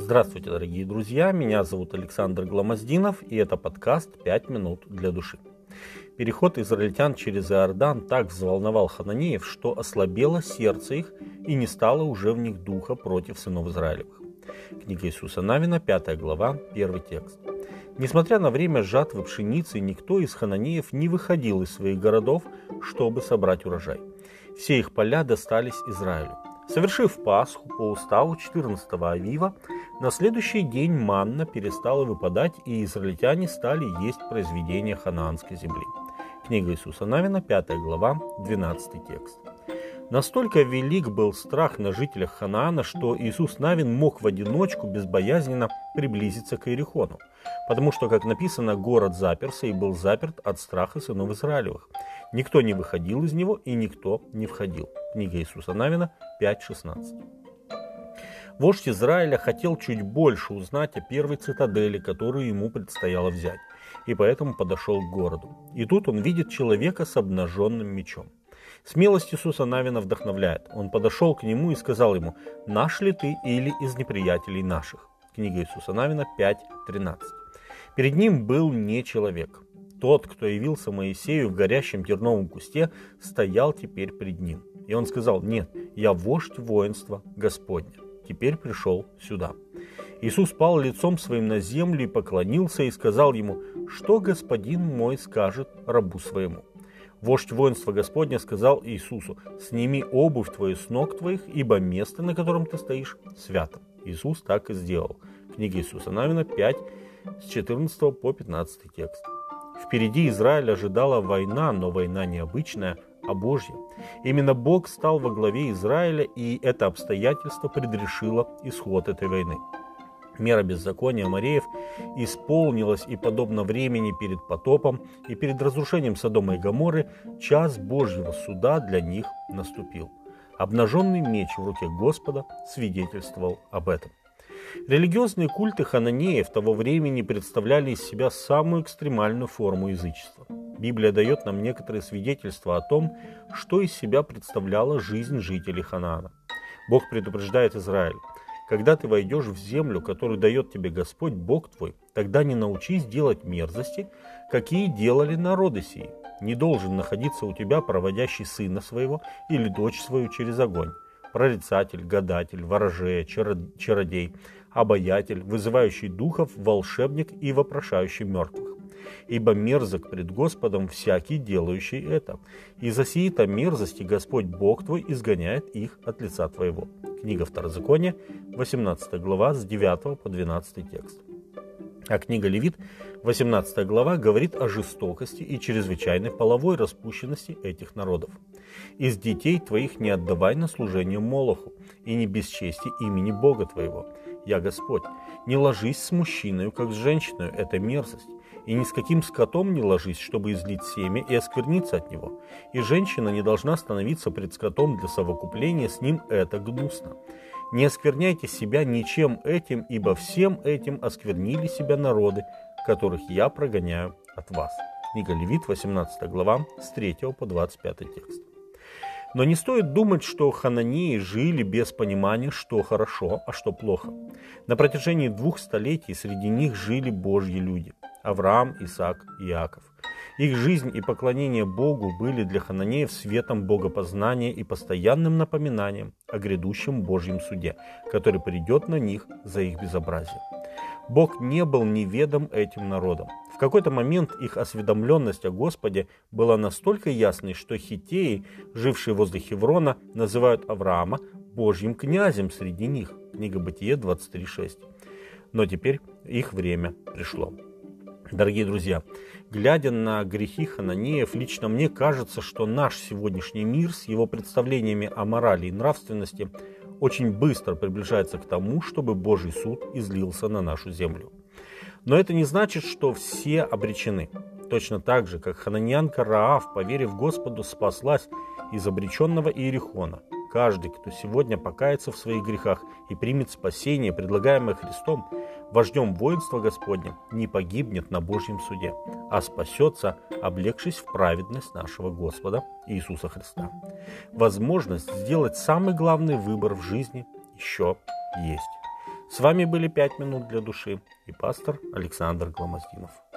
Здравствуйте, дорогие друзья, меня зовут Александр Гламоздинов, и это подкаст «5 минут для души». Переход израильтян через Иордан так взволновал хананеев, что ослабело сердце их и не стало уже в них духа против сынов Израилевых. Книга Иисуса Навина, 5 глава, 1 текст. Несмотря на время жатвы пшеницы, никто из хананеев не выходил из своих городов, чтобы собрать урожай. Все их поля достались Израилю. Совершив Пасху по уставу 14-го Авива, на следующий день манна перестала выпадать, и израильтяне стали есть произведения ханаанской земли. Книга Иисуса Навина, 5 глава, 12 текст. Настолько велик был страх на жителях Ханаана, что Иисус Навин мог в одиночку безбоязненно приблизиться к Иерихону, потому что, как написано, город заперся и был заперт от страха сынов Израилевых. Никто не выходил из него, и никто не входил. Книга Иисуса Навина, 5:16. Вождь Израиля хотел чуть больше узнать о первой цитадели, которую ему предстояло взять, и поэтому подошел к городу. И тут он видит человека с обнаженным мечом. Смелость Иисуса Навина вдохновляет. Он подошел к нему и сказал ему: «Наш ли ты или из неприятелей наших?» Книга Иисуса Навина, 5:13. Перед ним был не человек. Тот, кто явился Моисею в горящем терновом кусте, стоял теперь пред ним. И он сказал: «Нет, я вождь воинства Господня. Теперь пришел сюда». Иисус пал лицом своим на землю и поклонился и сказал ему: «Что господин мой скажет рабу своему?» Вождь воинства Господня сказал Иисусу: «Сними обувь твою с ног твоих, ибо место, на котором ты стоишь, свято». Иисус так и сделал. Книга Иисуса Навина, 5, с 14 по 15 текст. Впереди Израиль ожидала война, но война не обычная, а Божья. Именно Бог стал во главе Израиля, и это обстоятельство предрешило исход этой войны. Мера беззакония Амореев исполнилась, и подобно времени перед потопом и перед разрушением Содома и Гоморры, час Божьего суда для них наступил. Обнаженный меч в руке Господа свидетельствовал об этом. Религиозные культы хананеев того времени представляли из себя самую экстремальную форму язычества. Библия дает нам некоторые свидетельства о том, что из себя представляла жизнь жителей Ханаана. Бог предупреждает Израиль: «Когда ты войдешь в землю, которую дает тебе Господь, Бог твой, тогда не научись делать мерзости, какие делали народы сии. Не должен находиться у тебя проводящий сына своего или дочь свою через огонь, прорицатель, гадатель, ворожея, чародей, обаятель, вызывающий духов, волшебник и вопрошающий мертвых. Ибо мерзок пред Господом всякий, делающий это. И за сии-то мерзости Господь Бог твой изгоняет их от лица твоего». Книга Второзакония, 18 глава, с 9 по 12 текст. А книга Левит, 18 глава, говорит о жестокости и чрезвычайной половой распущенности этих народов. «Из детей твоих не отдавай на служение Молоху, и не бесчести имени Бога твоего. Я Господь. Не ложись с мужчиной, как с женщиной, это мерзость. И ни с каким скотом не ложись, чтобы излить семя и оскверниться от него. И женщина не должна становиться пред скотом для совокупления с ним, это гнусно. Не оскверняйте себя ничем этим, ибо всем этим осквернили себя народы, которых я прогоняю от вас». Книга Левит, 18 глава, с 3 по 25 текст. Но не стоит думать, что хананеи жили без понимания, что хорошо, а что плохо. На протяжении 2 столетий среди них жили Божьи люди – Авраам, Исаак и Иаков. Их жизнь и поклонение Богу были для хананеев светом богопознания и постоянным напоминанием о грядущем Божьем суде, который придет на них за их безобразие. Бог не был неведом этим народам. В какой-то момент их осведомленность о Господе была настолько ясной, что хиттеи, жившие возле Хеврона, называют Авраама Божьим князем среди них. Книга Бытие, 23:6. Но теперь их время пришло. Дорогие друзья, глядя на грехи хананеев, лично мне кажется, что наш сегодняшний мир с его представлениями о морали и нравственности очень быстро приближается к тому, чтобы Божий суд излился на нашу землю. Но это не значит, что все обречены. Точно так же, как хананеянка Раав, поверив Господу, спаслась из обреченного Иерихона. Каждый, кто сегодня покается в своих грехах и примет спасение, предлагаемое Христом, вождем воинства Господня, не погибнет на Божьем суде, а спасется, облегшись в праведность нашего Господа Иисуса Христа. Возможность сделать самый главный выбор в жизни еще есть. С вами были «5 минут для души» и пастор Александр Гломоздинов.